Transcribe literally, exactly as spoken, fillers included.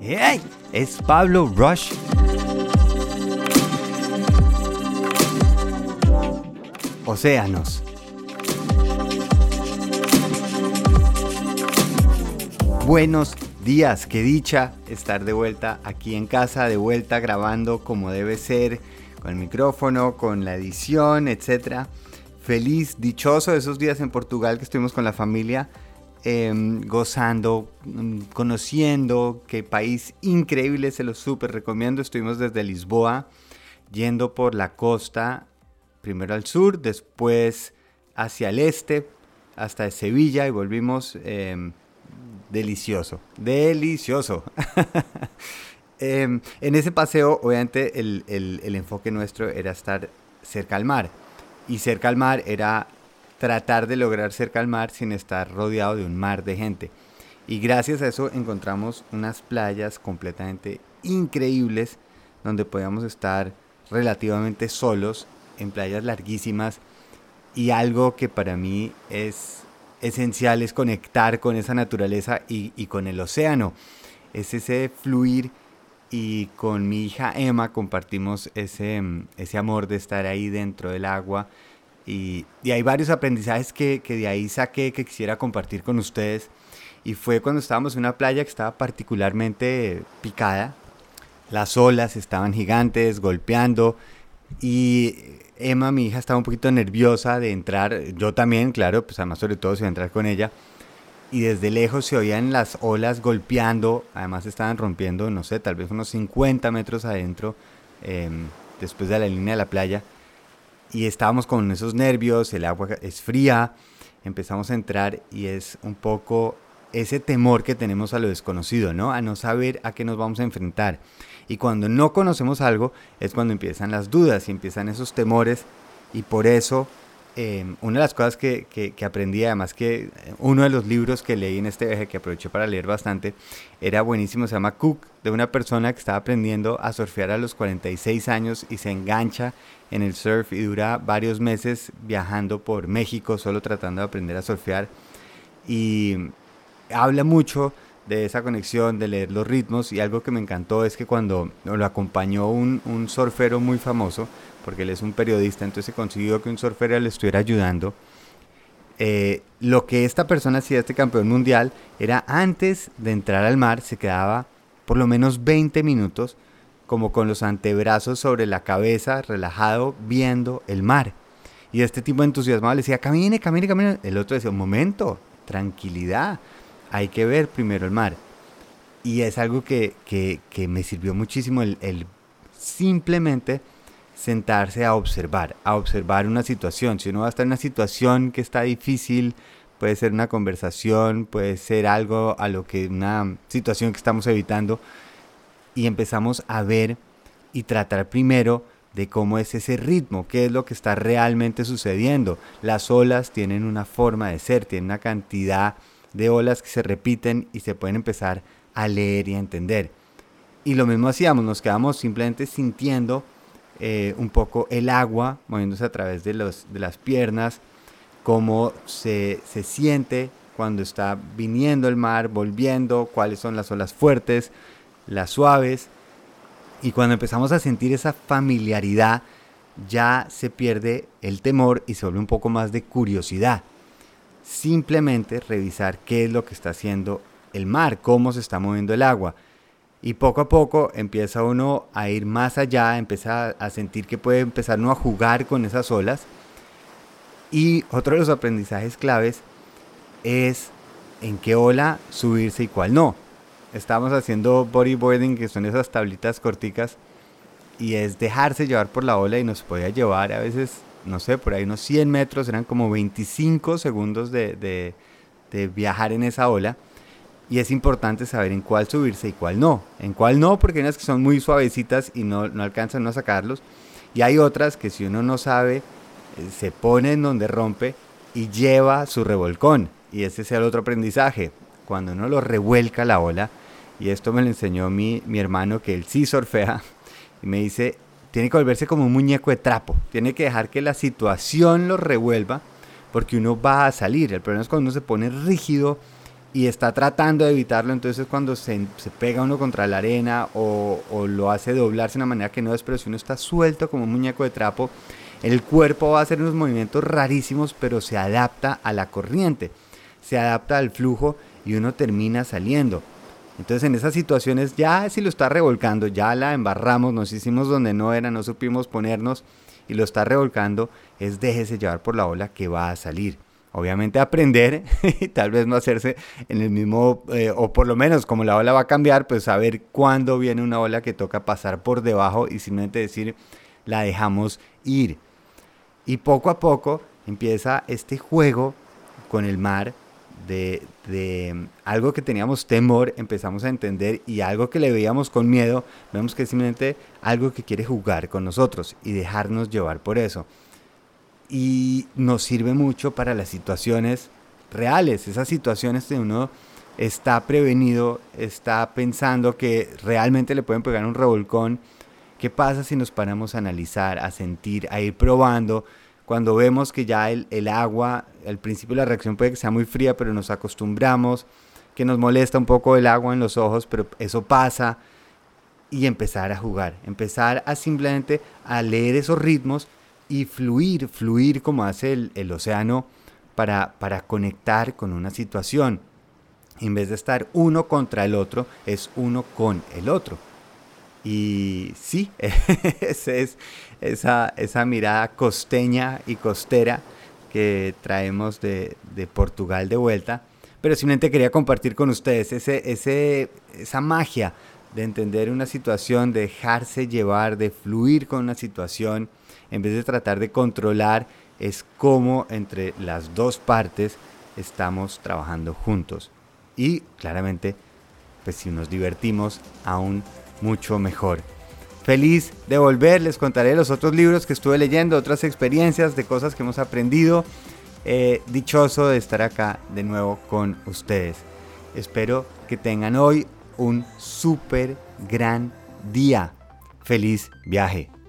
¡Hey! Es Pablo Rush. Océanos. Buenos días, qué dicha estar de vuelta aquí en casa, de vuelta grabando como debe ser, con el micrófono, con la edición, etcétera. Feliz, dichoso de esos días en Portugal que estuvimos con la familia, eh, gozando, conociendo, qué país increíble, se lo súper recomiendo. Estuvimos desde Lisboa, yendo por la costa, primero al sur, después hacia el este, hasta Sevilla y volvimos. Eh, delicioso, delicioso. eh, en ese paseo, obviamente, el, el, el enfoque nuestro era estar cerca al mar. Y cerca al mar era tratar de lograr cerca al mar sin estar rodeado de un mar de gente. Y gracias a eso encontramos unas playas completamente increíbles donde podíamos estar relativamente solos en playas larguísimas. Y algo que para mí es esencial es conectar con esa naturaleza y, y con el océano. Es ese fluir, y con mi hija Emma compartimos ese, ese amor de estar ahí dentro del agua. Y, y hay varios aprendizajes que, que de ahí saqué que quisiera compartir con ustedes. Y fue cuando estábamos en una playa que estaba particularmente picada. Las olas estaban gigantes, golpeando. Y Emma, mi hija, estaba un poquito nerviosa de entrar. Yo también, claro, pues además sobre todo si iba a entrar con ella. Y desde lejos se oían las olas golpeando. Además estaban rompiendo, no sé, tal vez unos cincuenta metros adentro, eh, después de la línea de la playa. Y estábamos con esos nervios, el agua es fría, empezamos a entrar y es un poco ese temor que tenemos a lo desconocido, ¿no? A no saber a qué nos vamos a enfrentar. Y cuando no conocemos algo es cuando empiezan las dudas y empiezan esos temores. Y por eso, eh, una de las cosas que, que, que aprendí, además que uno de los libros que leí en este viaje, que aproveché para leer bastante, era buenísimo, se llama Cook, de una persona que estaba aprendiendo a surfear a los cuarenta y seis años y se engancha en el surf y dura varios meses viajando por México solo tratando de aprender a surfear. Y habla mucho de esa conexión, de leer los ritmos, y algo que me encantó es que cuando lo acompañó un, un surfero muy famoso, porque él es un periodista, entonces se consiguió que un surfero le estuviera ayudando. Eh, lo que esta persona hacía, este campeón mundial, era antes de entrar al mar, se quedaba por lo menos veinte minutos como con los antebrazos sobre la cabeza, relajado, viendo el mar. Y este tipo entusiasmado le decía, camine, camine, camine. El otro decía, un momento, tranquilidad, hay que ver primero el mar. Y es algo que, que, que me sirvió muchísimo el, el simplemente sentarse a observar, a observar una situación. Si uno va a estar en una situación que está difícil, puede ser una conversación, puede ser algo a lo que una situación que estamos evitando, y empezamos a ver y tratar primero de cómo es ese ritmo, qué es lo que está realmente sucediendo. Las olas tienen una forma de ser, tienen una cantidad de olas que se repiten y se pueden empezar a leer y a entender. Y lo mismo hacíamos, nos quedamos simplemente sintiendo eh, un poco el agua moviéndose a través de, los, de las piernas, cómo se, se siente cuando está viniendo el mar, volviendo, cuáles son las olas fuertes, las suaves. Y cuando empezamos a sentir esa familiaridad, ya se pierde el temor y se vuelve un poco más de curiosidad. Simplemente revisar qué es lo que está haciendo el mar, cómo se está moviendo el agua. Y poco a poco empieza uno a ir más allá, empieza a sentir que puede empezar uno a jugar con esas olas. Y otro de los aprendizajes claves es en qué ola subirse y cuál no. Estamos haciendo bodyboarding, que son esas tablitas corticas, y es dejarse llevar por la ola, y nos podía llevar a veces, no sé, por ahí unos cien metros, eran como veinticinco segundos de, de, de viajar en esa ola. Y es importante saber en cuál subirse y cuál no. En cuál no, porque hay unas que son muy suavecitas y no, no alcanzan a sacarlos. Y hay otras que si uno no sabe, se pone en donde rompe y lleva su revolcón. Y ese es el otro aprendizaje. Cuando uno lo revuelca la ola, y esto me lo enseñó mi, mi hermano, que él sí surfea, y me dice, tiene que volverse como un muñeco de trapo. Tiene que dejar que la situación lo revuelva, porque uno va a salir. El problema es cuando uno se pone rígido y está tratando de evitarlo, entonces cuando se, se pega uno contra la arena o, o lo hace doblarse de una manera que no es, pero si uno está suelto como un muñeco de trapo, el cuerpo va a hacer unos movimientos rarísimos, pero se adapta a la corriente, se adapta al flujo y uno termina saliendo. Entonces en esas situaciones ya si lo está revolcando, ya la embarramos, nos hicimos donde no era, no supimos ponernos y lo está revolcando, es déjese llevar por la ola que va a salir. Obviamente aprender y tal vez no hacerse en el mismo, eh, o por lo menos como la ola va a cambiar, pues saber cuándo viene una ola que toca pasar por debajo y simplemente decir, la dejamos ir. Y poco a poco empieza este juego con el mar de, de algo que teníamos temor, empezamos a entender, y algo que le veíamos con miedo, vemos que es simplemente algo que quiere jugar con nosotros y dejarnos llevar por eso. Y nos sirve mucho para las situaciones reales, esas situaciones que uno está prevenido, está pensando que realmente le pueden pegar un revolcón. ¿Qué pasa si nos paramos a analizar, a sentir, a ir probando? Cuando vemos que ya el, el agua, al principio la reacción puede que sea muy fría, pero nos acostumbramos, que nos molesta un poco el agua en los ojos, pero eso pasa, y empezar a jugar, empezar a simplemente a leer esos ritmos y fluir, fluir como hace el, el océano para, para conectar con una situación. En vez de estar uno contra el otro, es uno con el otro. Y sí, esa es esa, esa mirada costeña y costera que traemos de, de Portugal de vuelta. Pero simplemente quería compartir con ustedes ese, ese, esa magia de entender una situación, de dejarse llevar, de fluir con una situación, en vez de tratar de controlar, es cómo entre las dos partes estamos trabajando juntos. Y claramente, pues si nos divertimos, aún mucho mejor. Feliz de volver, les contaré los otros libros que estuve leyendo, otras experiencias de cosas que hemos aprendido. Eh, dichoso de estar acá de nuevo con ustedes. Espero que tengan hoy un súper gran día. Feliz viaje.